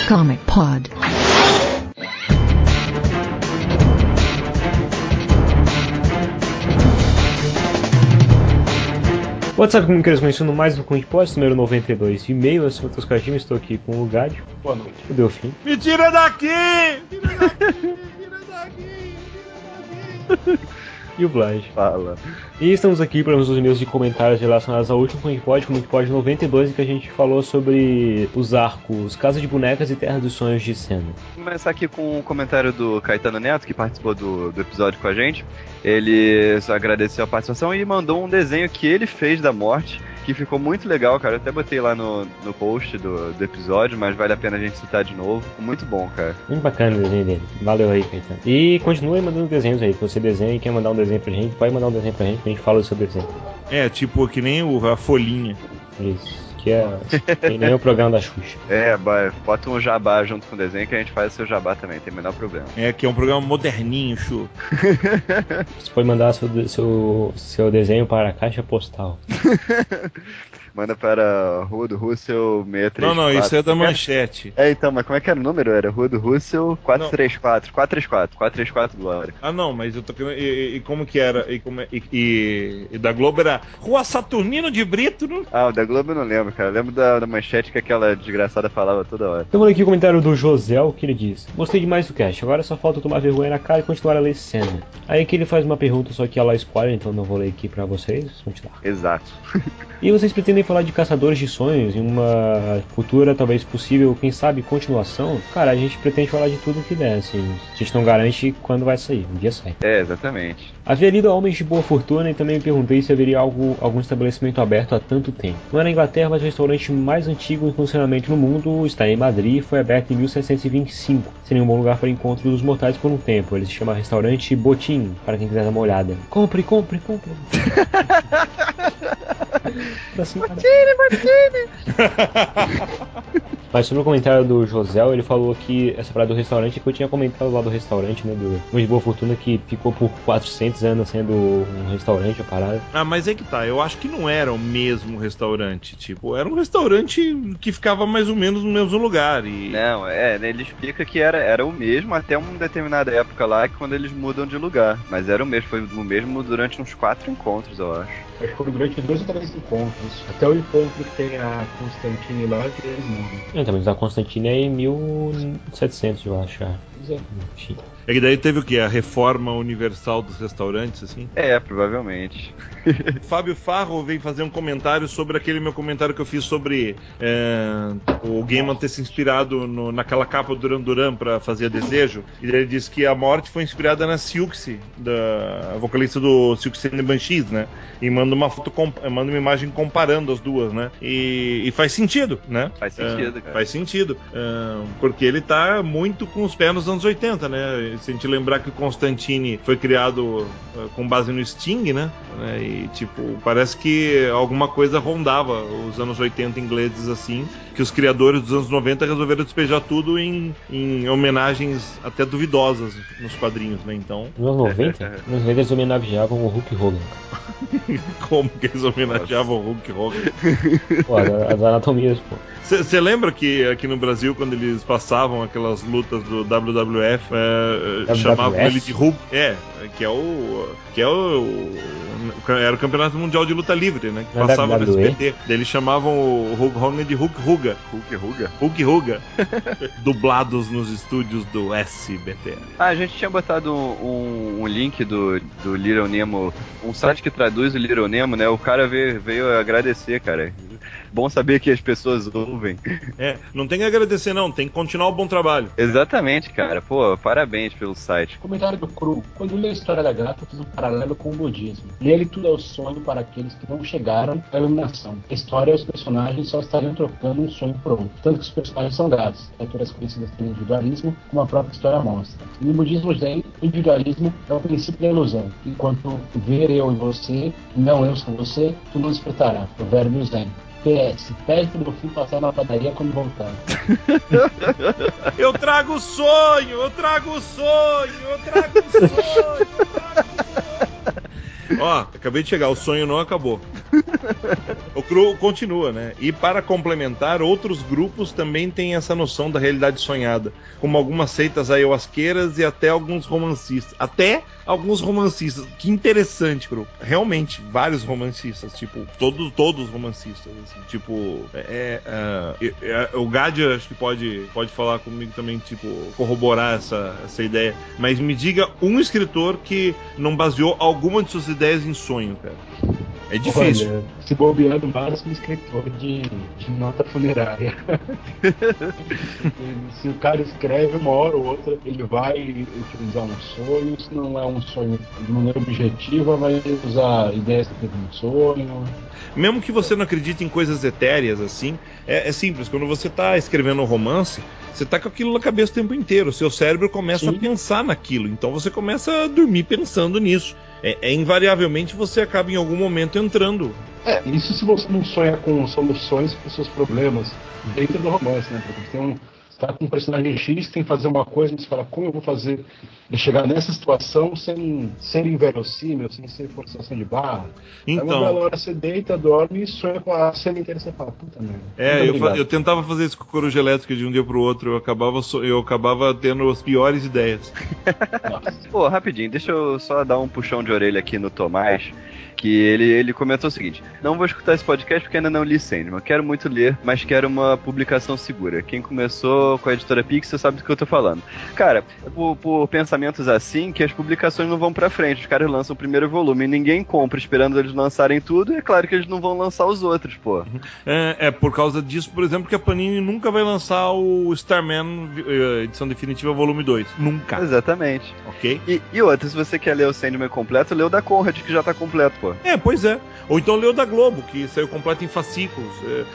Comic Pod. What's up, comunicadores, começando mais um Comic Pod, número 92 de e-mail. Eu sou o Matheus Kajima, estou aqui com o Gádio. Boa noite. O Delfim. Me tira daqui! Tira daqui! Tira daqui! Tira daqui! E o Vlad. Fala. E estamos aqui para os e-mails de comentários relacionados ao último Comic Pod 92, em que a gente falou sobre os arcos Casa de Bonecas e Terra dos Sonhos de Senna. Vou começar aqui com um comentário do Caetano Neto, que participou do episódio com a gente. Ele só agradeceu a participação e mandou um desenho que ele fez da morte, que ficou muito legal, cara. Eu até botei lá no post do episódio, mas vale a pena a gente citar de novo. Ficou muito bom, cara. Muito bacana o desenho dele. Valeu aí, Caetano. E continue mandando desenhos aí. Se você desenha e quer mandar um desenho pra gente, pode mandar um desenho pra gente que a gente fala sobre o desenho. É, tipo que nem a folhinha. Isso. Que é nem o programa da Xuxa. É, bota um jabá junto com o desenho que a gente faz o seu jabá também, tem o menor problema. É, que é um programa moderninho, Chu. Você pode mandar seu desenho para a caixa postal. Manda para Rua do Russell 634. Não, isso é da Manchete. É, então, mas como é que era o número? Era Rua do Russell 434. 434 Glória. Ah, não, mas eu tô querendo... E como que era? E da Globo era Rua Saturnino de Brito, não? Ah, o da Globo eu não lembro, cara. Eu lembro da Manchete que aquela desgraçada falava toda hora. Eu vou ler aqui o comentário do Josel, que ele diz: gostei demais do cast, agora só falta tomar vergonha na cara e continuar a ler cena. Aí que ele faz uma pergunta, só que ela é spoiler, então não vou ler aqui pra vocês. Vamos lá. Exato. E vocês pretendem falar de Caçadores de Sonhos em uma futura, talvez possível, quem sabe, continuação? Cara, a gente pretende falar de tudo que der, assim. A gente não garante quando vai sair, um dia sai. É, exatamente. Havia lido Homens de Boa Fortuna e também me perguntei se haveria algum estabelecimento aberto há tanto tempo. Não é na Inglaterra, mas o restaurante mais antigo em funcionamento no mundo está em Madrid e foi aberto em 1725. Seria um bom lugar para encontro dos mortais por um tempo. Ele se chama Restaurante Botim, para quem quiser dar uma olhada. Compre! Mas sobre o comentário do José, ele falou que essa parada do restaurante, que eu tinha comentado lá do restaurante, né, do Homens de Boa Fortuna, que ficou por 400 anos sendo um restaurante, a parada. Ah, mas é que tá, eu acho que não era o mesmo restaurante, tipo, era um restaurante que ficava mais ou menos no mesmo lugar e... Não, ele explica que era o mesmo até uma determinada época lá, quando eles mudam de lugar, mas era o mesmo, foi o mesmo durante uns 4 encontros, eu acho. Acho que foram durante 2 ou 3 encontros, até o encontro que tem a Constantine lá, que eles mudam. Então, mas a Constantine é em 1700, eu acho. Enfim. É que daí teve o quê? A reforma universal dos restaurantes, assim? É, provavelmente. Fábio Farro vem fazer um comentário sobre aquele meu comentário que eu fiz sobre o Gaiman ter se inspirado naquela capa do Duran Duran pra fazer Desejo. E ele disse que a morte foi inspirada na Siouxsie, da vocalista do Siouxsie and the Banshees, né? E manda uma imagem comparando as duas, né? E faz sentido, né? Faz sentido, cara. Faz sentido. Porque ele tá muito com os pés nos anos 80, né? Se a gente lembrar que o Constantine foi criado com base no Sting, né? E, tipo, parece que alguma coisa rondava os anos 80 ingleses, assim, que os criadores dos anos 90 resolveram despejar tudo em homenagens até duvidosas nos quadrinhos, né? Então... Nos anos 90? Nos 90 eles homenageavam o Hulk Hogan. Como que eles homenageavam o Hulk Hogan? Pô, as anatomias, pô. Você lembra que aqui no Brasil, quando eles passavam aquelas lutas do WWF, chamavam ele de Hulk? Era o Campeonato Mundial de Luta Livre, né? Que passava no SBT. Daí eles chamavam o Hulk Hogan de Hulk Ruga. Hulk Ruga. Dublados nos estúdios do SBT. Ah, a gente tinha botado um link do Little Nemo, um site que traduz o Little Nemo, né? O cara veio agradecer, cara. Bom saber que as pessoas ouvem. Não tem que agradecer não, tem que continuar o bom trabalho. Exatamente, cara. Pô, parabéns pelo site. Comentário do Cru. Quando li a história da gata, eu fiz um paralelo com o budismo. Nele tudo é o sonho para aqueles que não chegaram à iluminação. A história e os personagens só estariam trocando um sonho por outro. Tanto que os personagens são gatos, criaturas conhecidas pelo individualismo, como a própria história mostra. E no budismo zen, o individualismo é o princípio da ilusão. Enquanto ver eu e você, não eu sem você, tu não despertará. Provérbio zen. PS, pede pro meu filho passar na padaria quando voltar. Eu trago sonho, eu trago sonho, eu trago sonho, eu trago sonho. Ó, acabei de chegar, o sonho não acabou. O Cru continua, né? E para complementar, outros grupos também têm essa noção da realidade sonhada, como algumas seitas ayahuasqueiras e até alguns romancistas. Que interessante, Cru. Realmente, vários romancistas, tipo, todos romancistas, assim, tipo, o Gadia acho que pode falar comigo também, tipo, corroborar essa ideia. Mas me diga um escritor que não baseou alguma de suas ideias em sonho, cara. É difícil. Olha, se bobear no máximo escritor de nota funerária. Se o cara escreve uma hora ou outra, ele vai utilizar um sonho. Se não é um sonho de maneira objetiva, vai usar ideias que teve no sonho. Mesmo que você não acredite em coisas etéreas assim, é simples. Quando você tá escrevendo um romance, você tá com aquilo na cabeça o tempo inteiro. O seu cérebro começa a pensar naquilo. Então você começa a dormir pensando nisso. Invariavelmente você acaba em algum momento entrando. Isso se você não sonha com soluções para os seus problemas dentro do romance, né? Porque você tá com um personagem X, tem que fazer uma coisa, mas você fala, como eu vou fazer de chegar nessa situação sem ser inverossímil, sem ser forçação de barra? Então, uma bela hora você deita, dorme e sonha com a cena inteira, você fala, puta merda. Eu tentava fazer isso com o Coruja Elétrica de um dia pro outro, eu acabava tendo as piores ideias. Pô, rapidinho, deixa eu só dar um puxão de orelha aqui no Tomás, que ele comentou o seguinte: não vou escutar esse podcast porque ainda não li Sandman, quero muito ler, mas quero uma publicação segura. Quem começou com a editora Pixel sabe do que eu tô falando. Cara, por pensamentos assim, que as publicações não vão pra frente, os caras lançam o primeiro volume e ninguém compra esperando eles lançarem tudo, e é claro que eles não vão lançar os outros, pô. Por causa disso, por exemplo, que a Panini nunca vai lançar o Starman edição definitiva volume 2. Nunca. Exatamente. Ok? E outra, se você quer ler o Sandman completo, lê o da Conrad, que já tá completo, pô. Pois é. Ou então lê o da Globo, que saiu completo em fascículos.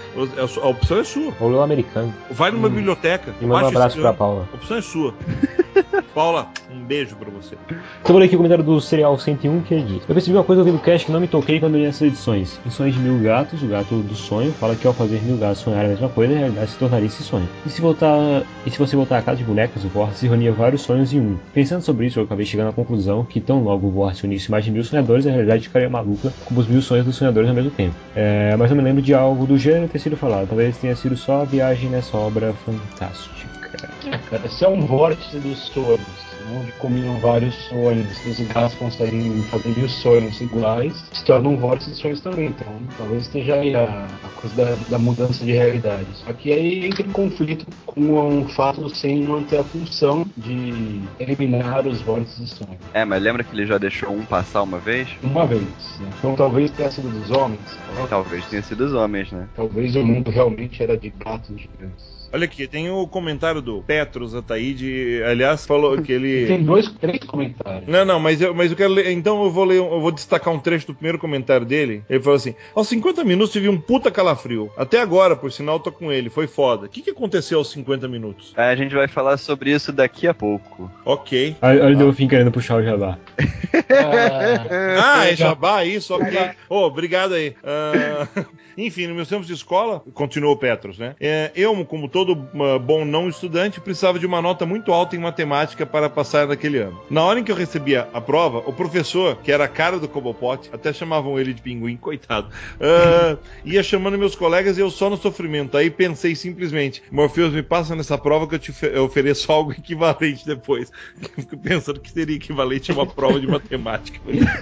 A opção é sua. Ou lê o americano. Vai numa biblioteca. E manda um abraço pra Paula. A opção é sua. Paula, um beijo pra você. Então vou ler aqui o comentário do Serial 101, que diz: eu percebi uma coisa ouvindo o cast que não me toquei quando li essas edições. Em Sonhos de Mil Gatos, o gato do sonho fala que ao fazer mil gatos sonhar a mesma coisa, a realidade se tornaria esse sonho. E se você voltar à casa de bonecas, o vórtice reunia vários sonhos em um. Pensando sobre isso, eu acabei chegando à conclusão que tão logo o vórtice unisse mais de 1000 sonhadores, a realidade ficaria maluca, como os 1000 sonhos dos sonhadores ao mesmo tempo. Mas eu me lembro de algo do gênero ter sido falado. Talvez tenha sido só a viagem nessa obra fantástica. Cara, se é um vórtice dos sonhos, onde combinam vários sonhos, os gatos conseguem fazer 1000 sonhos iguais, se torna um vórtice de sonhos também. Então, talvez esteja aí a coisa da mudança de realidade. Só que aí entra em conflito com o fato do Sandman ter a função de eliminar os vórtices de sonhos. Mas lembra que ele já deixou um passar uma vez? Uma vez, né? Então talvez tenha sido dos homens. Talvez tenha sido dos homens, né? Talvez o mundo realmente era de gatos gigantes. Olha aqui, tem o comentário do Petros Ataíde, aliás, falou que ele... Tem 3 comentários. Não, mas eu quero ler, então eu vou destacar um trecho do primeiro comentário dele. Ele falou assim: aos 50 minutos tive um puta calafrio. Até agora, por sinal, tô com ele, foi foda. O que aconteceu aos 50 minutos? A gente vai falar sobre isso daqui a pouco. Ok. Olha o Delfim querendo puxar o jabá. É jabá, isso, ok. Obrigado aí. Enfim, nos meus tempos de escola, continuou Petros, né? Eu, como todo bom não estudante, precisava de uma nota muito alta em matemática para passar naquele ano. Na hora em que eu recebia a prova, o professor, que era a cara do Cobblepot, até chamavam ele de pinguim, coitado, ia chamando meus colegas e eu só no sofrimento. Aí pensei simplesmente: Morpheus, me passa nessa prova que eu ofereço algo equivalente depois. Eu fico pensando que seria equivalente a uma prova de matemática.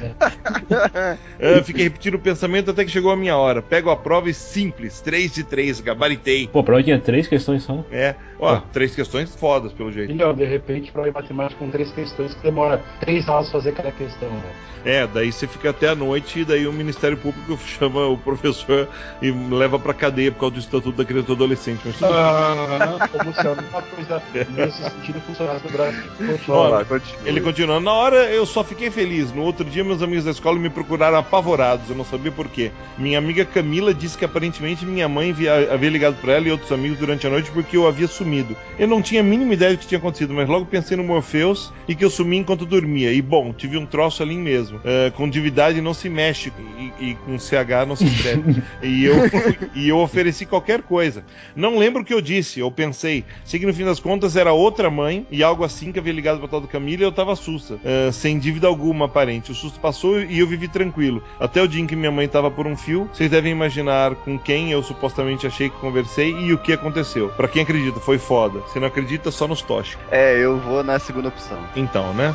Fiquei repetindo o pensamento até que chegou a minha hora. Pego a prova e simples, 3 de 3, gabaritei. Pô, a prova tinha 3 questões só. 3 questões fodas, pelo jeito. E, de repente, prova de matemática com 3 questões que demora 3 aulas fazer cada questão, né? Daí você fica até a noite e daí o Ministério Público chama o professor e leva pra cadeia por causa do Estatuto da Criança e do Adolescente. Mas como se alguma coisa nesse sentido funcionasse no Brasil. Ele continuando: na hora eu só fiquei feliz. No outro dia, meus amigos da escola me procuraram apavorados. Eu não sabia por quê. Minha amiga Camila disse que aparentemente minha mãe havia ligado pra ela e outros amigos durante a noite porque eu havia sumido. Eu não tinha a mínima ideia do que tinha acontecido, mas logo pensei no Morpheus e que eu sumi enquanto dormia. E bom, tive um troço ali mesmo. Com divindade não se mexe e com CH não se escreve. e eu ofereci qualquer coisa. Não lembro o que eu disse, eu pensei. Sei que no fim das contas era outra mãe e algo assim que havia ligado pra tal do Camila e eu tava sussa. Sem dívida alguma aparente. O susto passou e eu vivi tranquilo. Até o dia em que minha mãe tava por um fio. Vocês devem imaginar com quem eu supostamente achei que conversei e o que aconteceu. Pra quem acredita, foi foda. Se não acredita, só nos tocha. Eu vou na segunda opção. Então, né?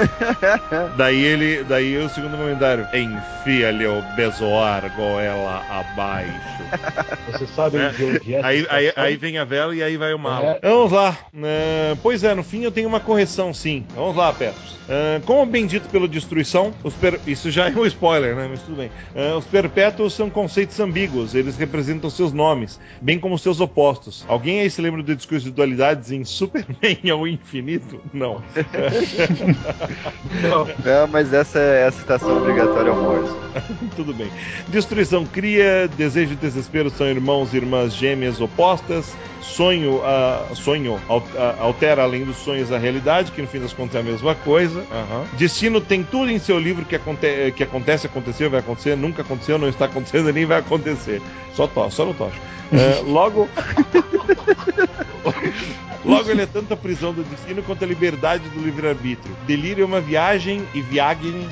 Daí o segundo comentário. Enfia-lhe o bezoar goela abaixo. Você sabe onde é Aí vem a vela e aí vai o mal. Vamos lá. Pois é, no fim eu tenho uma correção, sim. Vamos lá, Petros. Como bem dito pela destruição, isso já é um spoiler, né? Mas tudo bem. Os perpétuos são conceitos ambíguos. Eles representam seus nomes, bem como seus opostos. Alguém aí se lembra do discurso de dualidades em Superman ao infinito? Não. Não, mas essa é a citação obrigatória ao Morrison. Tudo bem. Destruição cria, desejo e desespero são irmãos e irmãs gêmeas opostas. Sonho altera além dos sonhos a realidade, que no fim das contas é a mesma coisa. Destino tem tudo em seu livro que acontece, aconteceu, vai acontecer, nunca aconteceu, não está acontecendo, nem vai acontecer. Só no tocho. Logo ele é tanto a prisão do destino quanto a liberdade do livre-arbítrio. Delírio é uma viagem e viagem.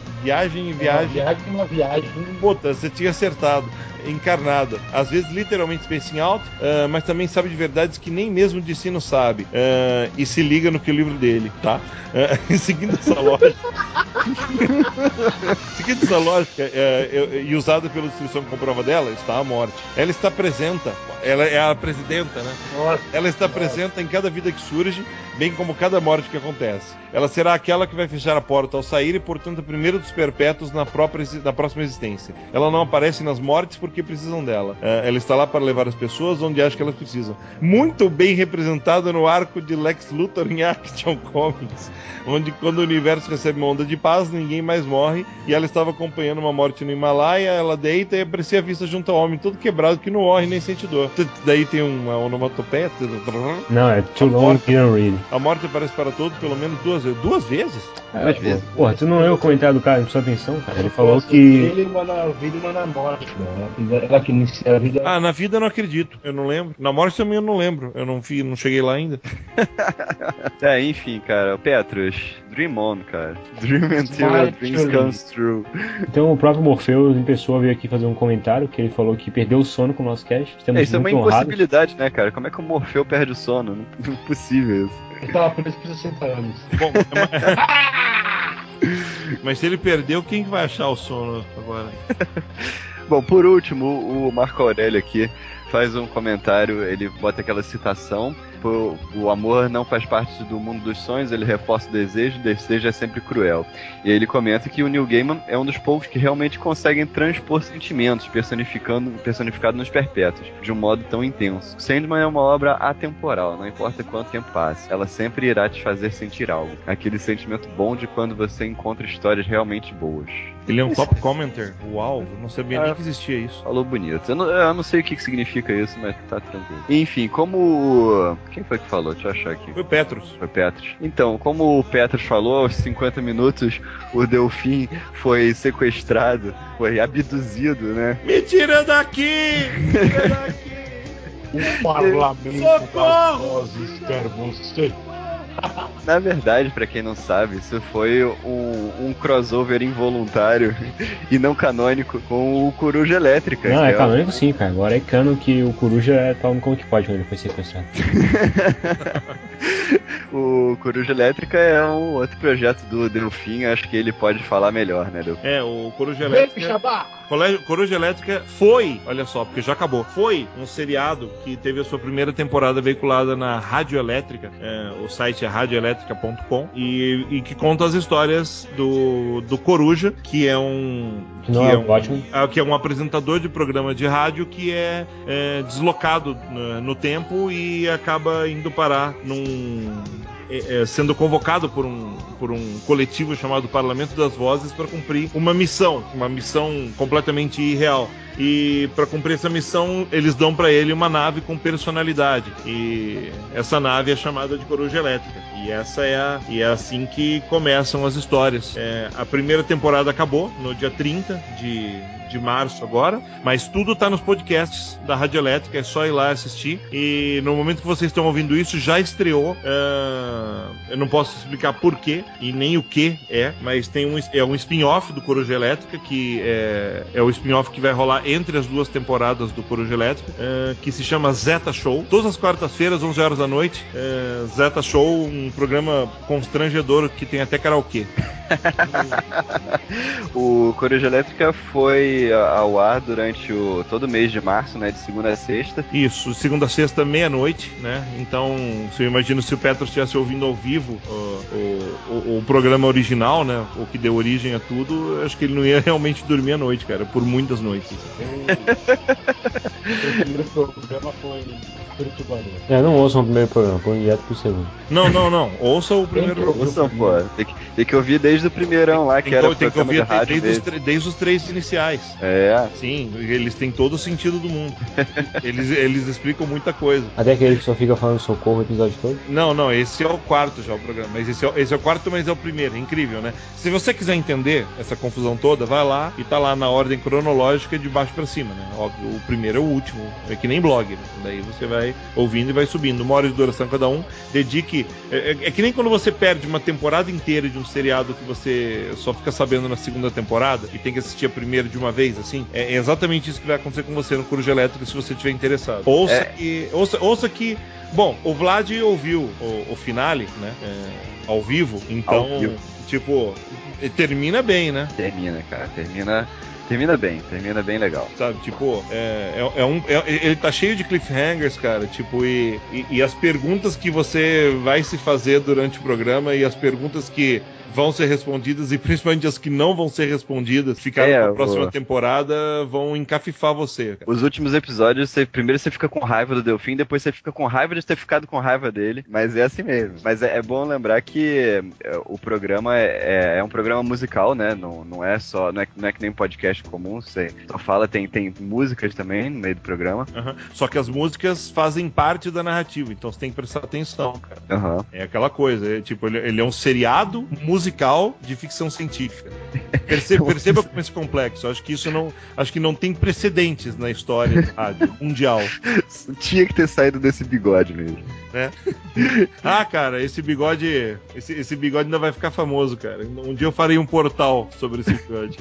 Uma viagem. Puta, você tinha acertado. Encarnada. Às vezes literalmente spacing out, mas também sabe de verdades que nem mesmo o destino sabe. E se liga no que o livro dele, tá? Seguindo essa lógica, e usada pela destruição como prova dela, está a morte. Ela está presente, ela é a presidenta, né? Ela está presente em cada vida que surge, bem como cada morte que acontece. Ela será aquela que vai fechar a porta ao sair e, portanto, a primeira dos perpétuos na próxima existência. Ela não aparece nas mortes porque precisam dela. Ela está lá para levar as pessoas onde acha que elas precisam. Muito bem representada no arco de Lex Luthor em Action Comics, onde quando o universo recebe uma onda de paz, ninguém mais morre, e ela estava acompanhando uma morte no Himalaia, ela deita e aparecia a vista junto ao homem todo quebrado que não morre nem sente dor. Daí tem uma onomatopeia. Não, é Too Long Didn't Read. A morte aparece para todos pelo menos duas vezes. Duas vezes? Duas vezes. Porra, tu não leu o comentário do cara, não prestou atenção, cara. Ele falou que... Ele uma na vida e uma na morte, né? Ela que inicia a vida... Na vida eu não acredito, eu não lembro. Na morte também eu não lembro, eu não cheguei lá ainda. Enfim, cara, Petros, dream on, cara. Dream until your dreams comes true. Então o próprio Morpheus em pessoa veio aqui fazer um comentário que ele falou que perdeu o sono com o nosso cast. Isso é uma impossibilidade, né, cara? Como é que o Morfeu perde o sono? Impossível isso. Ele tava preso por 60 anos. Bom, mas se ele perdeu, quem que vai achar o sono agora? Bom, por último, o Marco Aurélio aqui faz um comentário, ele bota aquela citação: o amor não faz parte do mundo dos sonhos, ele reforça o desejo é sempre cruel. E aí ele comenta que o Neil Gaiman é um dos poucos que realmente conseguem transpor sentimentos personificado nos perpétuos, de um modo tão intenso. Sandman é uma obra atemporal, não importa quanto tempo passe, ela sempre irá te fazer sentir algo. Aquele sentimento bom de quando você encontra histórias realmente boas. Ele é um top commenter. Uau, eu não sabia nem que existia isso. Falou bonito. Eu não sei o que significa isso, mas tá tranquilo. Enfim, como... Quem foi que falou? Deixa eu achar aqui. Foi Petros. Então, como o Petros falou, aos 50 minutos o Delfim foi sequestrado, foi abduzido, né? Me tira daqui! O parlamento das vozes quer você. Na verdade, pra quem não sabe, isso foi um crossover involuntário e não canônico com o Coruja Elétrica. Não, é canônico sim, cara. Agora é canon que o Coruja tá no como que pode quando ele foi sequestrado. O Coruja Elétrica é um outro projeto do Delfim, acho que ele pode falar melhor, né, Delfim? O Coruja Elétrica... Coruja Elétrica foi, olha só, porque já acabou, foi um seriado que teve a sua primeira temporada veiculada na Rádio Elétrica, o site é radioelétrica.com, e que conta as histórias do Coruja, que é que é um apresentador de programa de rádio que é deslocado no tempo e acaba indo parar sendo convocado por um coletivo chamado Parlamento das Vozes para cumprir uma missão completamente irreal. E para cumprir essa missão, eles dão para ele uma nave com personalidade. E essa nave é chamada de Coruja Elétrica. E é assim que começam as histórias. A primeira temporada acabou no dia 30 de março agora, mas tudo tá nos podcasts da Rádio Elétrica, é só ir lá assistir. E no momento que vocês estão ouvindo isso, já estreou. Eu não posso explicar por quê e nem o que mas tem um spin-off do Coruja Elétrica, que é o spin-off que vai rolar entre as duas temporadas do Coruja Elétrica, que se chama Zeta Show. Todas as quartas-feiras, 11 horas da noite, Zeta Show, um programa constrangedor que tem até karaokê. O Coruja Elétrica foi ao ar durante todo o mês de março, né? De segunda a sexta. Isso, segunda a sexta, meia-noite, né? Então, eu imagino se o Petros estivesse ouvindo ao vivo o programa original, né? O que deu origem a tudo, acho que ele não ia realmente dormir à noite, cara, por muitas noites. O primeiro programa foi perturbador. Não ouçam o primeiro programa, põe direto pro segundo. Não. Ouça o primeiro programa. Ouçam, pô. Tem que ouvir desde o primeirão lá, que era o programa de rádio desde os 3 iniciais. Sim, eles têm todo o sentido do mundo. Eles explicam muita coisa. Até aquele que só fica falando socorro o episódio todo? Não, esse é o quarto já, o programa. Mas esse é o quarto, mas é o primeiro. É incrível, né? Se você quiser entender essa confusão toda, vai lá e tá lá na ordem cronológica de baixo pra cima, né? Óbvio, o primeiro é o último. É que nem blog, né? Daí você vai ouvindo e vai subindo. 1 hora de duração cada um. Dedique... É que nem quando você perde uma temporada inteira de um seriado que você só fica sabendo na segunda temporada e tem que assistir a primeira de uma vez, assim. É exatamente isso que vai acontecer com você no Coruja Elétrica, se você estiver interessado. Ouça que... Bom, o Vlad ouviu o finale, né? Ao vivo. Então, tipo, termina bem, né? Termina, cara. Termina bem legal. Sabe, tipo, ele tá cheio de cliffhangers, cara, tipo, e as perguntas que você vai se fazer durante o programa e as perguntas que vão ser respondidas e principalmente as que não vão ser respondidas, ficaram na próxima temporada, vão encafifar você, cara. Os últimos episódios, primeiro você fica com raiva do Delfim, depois você fica com raiva de ter ficado com raiva dele, mas é assim mesmo. Mas é bom lembrar que o programa é um programa musical, né? Não é que nem um podcast comum, você só fala, tem músicas também no meio do programa. Só que as músicas fazem parte da narrativa, então você tem que prestar atenção, cara. É aquela coisa, tipo, ele é um seriado musical de ficção científica. Perceba como esse complexo. Acho que não tem precedentes na história do rádio mundial. Tinha que ter saído desse bigode mesmo. Né? Cara, esse bigode ainda vai ficar famoso, cara. Um dia eu farei um portal sobre esse bigode.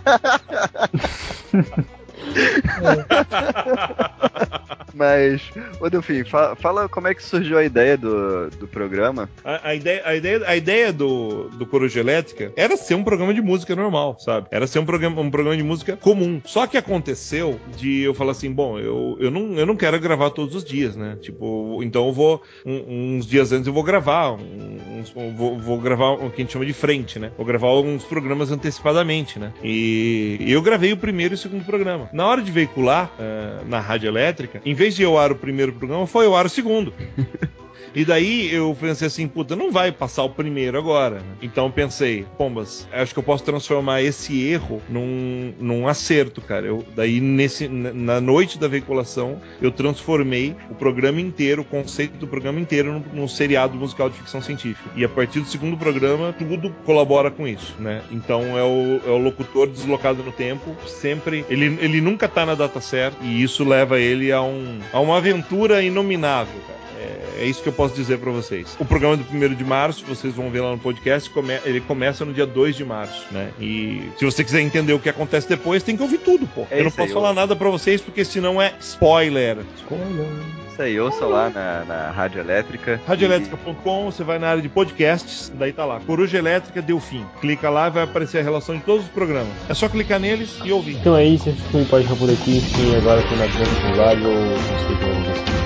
Mas, ô Delfim, fala como é que surgiu a ideia do programa. A ideia do Coruja Elétrica era ser um programa de música normal, sabe? Era ser um programa de música comum. Só que aconteceu de eu falar assim, bom, eu não quero gravar todos os dias, né? Tipo, então eu vou, uns dias antes eu vou gravar, vou gravar o que a gente chama de frente, né? Vou gravar alguns programas antecipadamente, né? E eu gravei o primeiro e o segundo programa. Na hora de veicular na Rádio Elétrica, em vez de eu ar o primeiro programa, foi eu ar o segundo. E daí eu pensei assim, puta, não vai passar o primeiro agora, né? Então eu pensei, pombas, acho que eu posso transformar esse erro num acerto, cara. Daí na noite da veiculação, eu transformei o programa inteiro, o conceito do programa inteiro num seriado musical de ficção científica. E a partir do segundo programa, tudo colabora com isso, né? Então é o locutor deslocado no tempo, sempre, ele nunca tá na data certa, e isso leva ele a uma aventura inominável, cara. É isso que eu posso dizer pra vocês. O programa do 1º de março, vocês vão ver lá no podcast, ele começa no dia 2 de março, né? E se você quiser entender o que acontece depois, tem que ouvir tudo, pô. Eu não posso falar nada pra vocês, porque senão é spoiler. Isso aí, ouça lá na Rádio Elétrica. Radioelétrica.com, você vai na área de podcasts, daí tá lá, Coruja Elétrica Delfim. Clica lá e vai aparecer a relação de todos os programas. É só clicar neles e ouvir. Então é isso, esse filme pode ficar por aqui, que agora tem na grande com o Vlad, ou não sei o que vai acontecer.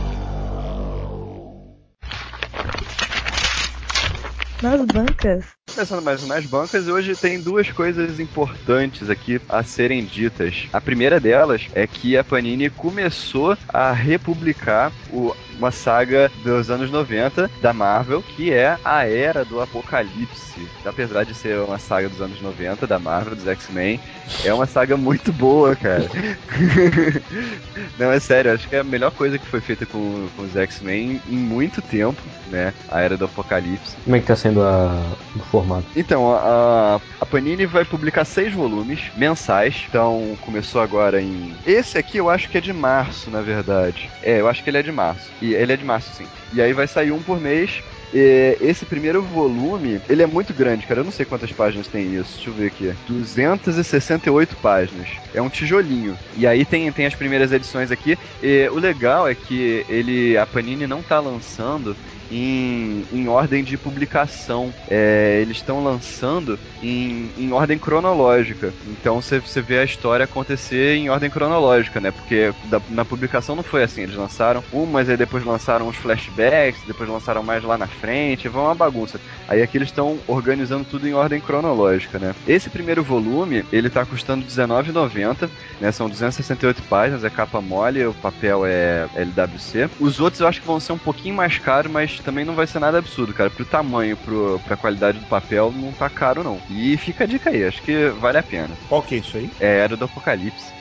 Nas bancas. começando mais umas bancas e hoje tem duas coisas importantes aqui a serem ditas. A primeira delas é que a Panini começou a republicar uma saga dos anos 90 da Marvel, que é a Era do Apocalipse. Apesar de ser uma saga dos anos 90 da Marvel, dos X-Men, é uma saga muito boa, cara. Não, é sério, acho que é a melhor coisa que foi feita com os X-Men em muito tempo, né? A Era do Apocalipse. Como é que tá sendo o formato? Então, a Panini vai publicar 6 volumes mensais. Então, começou agora em... Esse aqui eu acho que é de março, na verdade. Eu acho que ele é de março. E ele é de março, sim. E aí vai sair um por mês. Esse primeiro volume, ele é muito grande, cara. Eu não sei quantas páginas tem isso. Deixa eu ver aqui. 268 páginas. É um tijolinho. E aí tem as primeiras edições aqui. O legal é que a Panini não tá lançando em ordem de publicação. Eles estão lançando em ordem cronológica. Então você vê a história acontecer em ordem cronológica, né? Porque na publicação não foi assim. Eles lançaram mas aí depois lançaram os flashbacks, depois lançaram mais lá na frente, foi uma bagunça. Aí aqui eles estão organizando tudo em ordem cronológica, né? Esse primeiro volume, ele tá custando R$19,90, né? São 268 páginas, é capa mole, o papel é LWC. Os outros eu acho que vão ser um pouquinho mais caros, mas também não vai ser nada absurdo, cara. Pro tamanho, pra qualidade do papel, não tá caro, não. E fica a dica aí, acho que vale a pena. Qual que é isso aí? É Era do Apocalipse.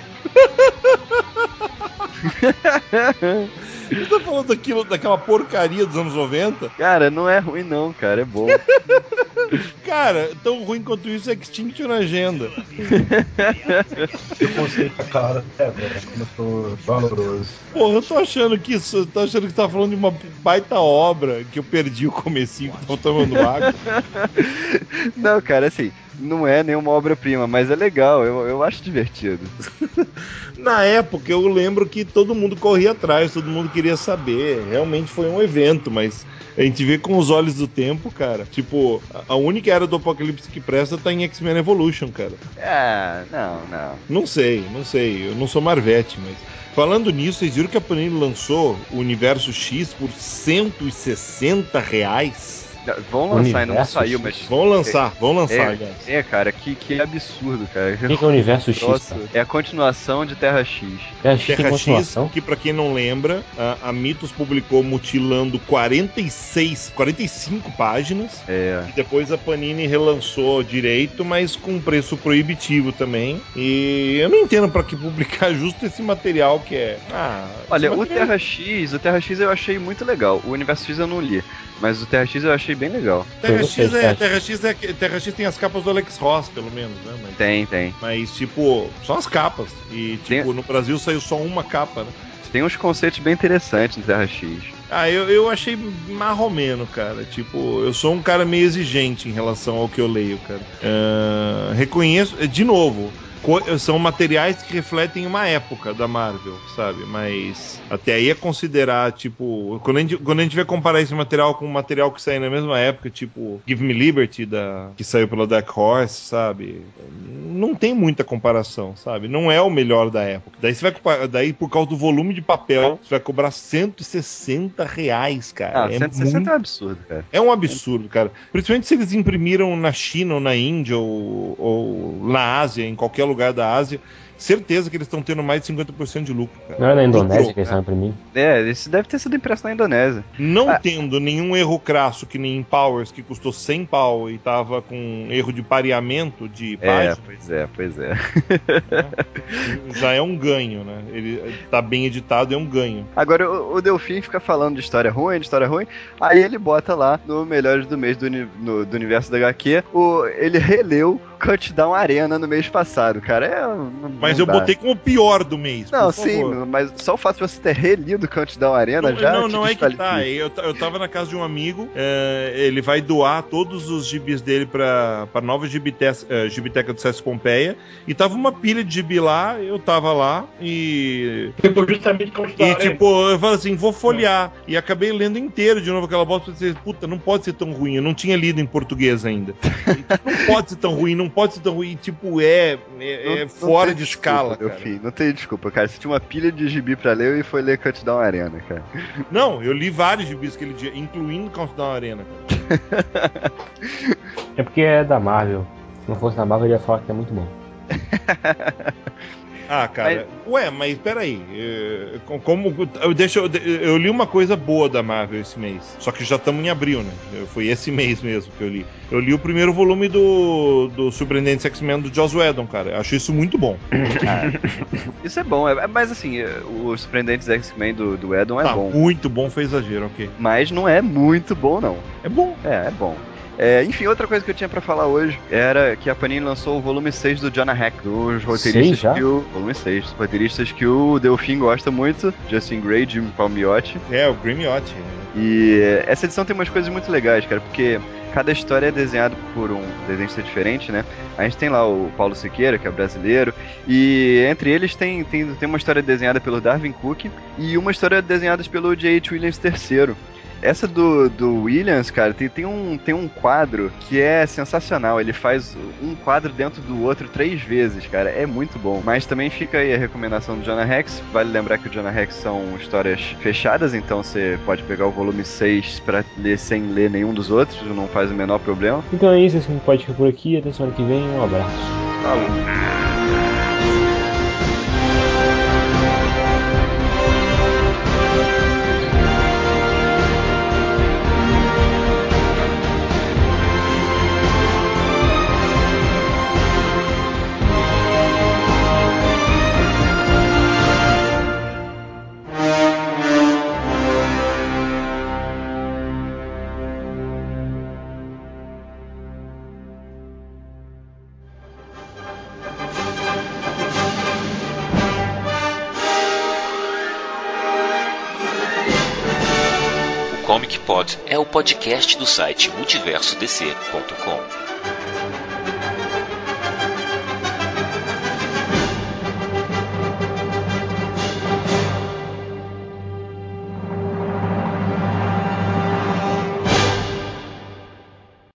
Você tá falando daquela porcaria dos anos 90? Cara, não é ruim não, cara, é bom. Cara, tão ruim quanto isso é Extinction Agenda. Eu consigo a cara até agora, como eu tô valoroso. Porra, eu tô achando que tá falando de uma baita obra que eu perdi o comecinho que eu tava tomando água. Não, cara, assim, não é nenhuma obra-prima, mas é legal, eu acho divertido. Na época eu lembro que todo mundo corria atrás, todo mundo queria saber. Realmente foi um evento, mas a gente vê com os olhos do tempo, cara. Tipo, a única Era do Apocalipse que presta tá em X-Men Evolution, cara. Não. Não sei. Eu não sou Marvete, mas... Falando nisso, vocês viram que a Panini lançou o Universo X por R$160? Vão lançar, ainda não saiu, mas... Vão lançar, aliás. Cara, que absurdo, cara. O que é o Universo X? Nossa, é a continuação de Terra X. Terra X tem Terra X, continuação? que pra quem não lembra, a Mythos publicou mutilando 45 páginas. E depois a Panini relançou direito, mas com preço proibitivo também. E eu não entendo pra que publicar justo esse material que é... Olha, o Terra X eu achei muito legal. O Universo X eu não li. Mas o Terra X eu achei bem legal. Terra X tem as capas do Alex Ross, pelo menos, né? Mas, tem. Mas, tipo, só as capas. E, tipo, no Brasil saiu só uma capa, né? Tem uns conceitos bem interessantes no Terra X. Eu achei marromeno, cara. Tipo, eu sou um cara meio exigente em relação ao que eu leio, cara. Reconheço, de novo... São materiais que refletem uma época da Marvel, sabe? Mas até aí é considerar, tipo... Quando a gente vai comparar esse material com um material que saiu na mesma época, tipo Give Me Liberty, que saiu pela Dark Horse, sabe? Não tem muita comparação, sabe? Não é o melhor da época. Daí por causa do volume de papel, você vai cobrar R$160, cara. 160 é um absurdo, cara. É um absurdo, cara. Principalmente se eles imprimiram na China ou na Índia ou na Ásia, em qualquer lugar da Ásia, certeza que eles estão tendo mais de 50% de lucro, cara. Não é na Indonésia que eles estavam imprimindo? Isso deve ter sido impresso na Indonésia. Não tendo nenhum erro crasso, que nem em Powers, que custou 100 pau e tava com erro de pareamento de página. Pois é. Já é um ganho, né? Ele tá bem editado, é um ganho. Agora, o Delfim fica falando de história ruim, aí ele bota lá no Melhores do Mês do Universo da HQ, ele releu Countdown Arena no mês passado, cara. Mas eu botei como o pior do mês. Não, sim, mas só o fato de você ter relido Countdown Arena não é que tá. Eu tava na casa de um amigo, ele vai doar todos os gibis dele pra nova gibiteca do Sesc Pompeia, e tava uma pilha de gibi lá, eu tava lá e... justamente Countdown Arena. Tipo, eu falei assim, vou folhear. E acabei lendo inteiro de novo aquela bosta, e pensei, puta, não pode ser tão ruim, eu não tinha lido em português ainda. Não pode ser tão ruim, tipo, fora de escala, cara. Filho, não tem desculpa, cara. Você tinha uma pilha de gibi pra ler e foi ler Countdown Arena, cara. Não, eu li vários gibis aquele dia, incluindo Countdown Arena, cara. É porque é da Marvel. Se não fosse da Marvel, eu ia falar que é muito bom. Ah, cara, mas peraí. Eu li uma coisa boa da Marvel esse mês. Só que já estamos em abril, né? Foi esse mês mesmo que eu li. Eu li o primeiro volume do Surpreendentes X-Men do Joss Whedon, cara. Eu acho isso muito bom. Isso é bom, mas assim, o Surpreendentes X-Men do Whedon é bom. Muito bom, foi exagero, ok. Mas não é muito bom, não. É bom. É bom. Enfim, outra coisa que eu tinha pra falar hoje era que a Panini lançou o volume 6 do Jonah Hex, dos roteiristas volume 6, roteiristas que o Delfim gosta muito, Justin Gray, Jim Palmiotti. O Grimiotti. E essa edição tem umas coisas muito legais, cara, porque cada história é desenhada por um desenhista diferente, né? A gente tem lá o Paulo Siqueira, que é brasileiro, e entre eles tem uma história desenhada pelo Darwin Cook e uma história desenhada pelo J.H. Williams III. Essa do Williams, cara, tem um quadro que é sensacional. Ele faz um quadro dentro do outro 3 vezes, cara. É muito bom. Mas também fica aí a recomendação do Jonah Hex. Vale lembrar que o Jonah Hex são histórias fechadas, então você pode pegar o volume 6 pra ler sem ler nenhum dos outros, não faz o menor problema. Então é isso, assim, pode ficar por aqui. Até semana que vem. Um abraço. Falou. Comic Pod é o podcast do site multiversodc.com.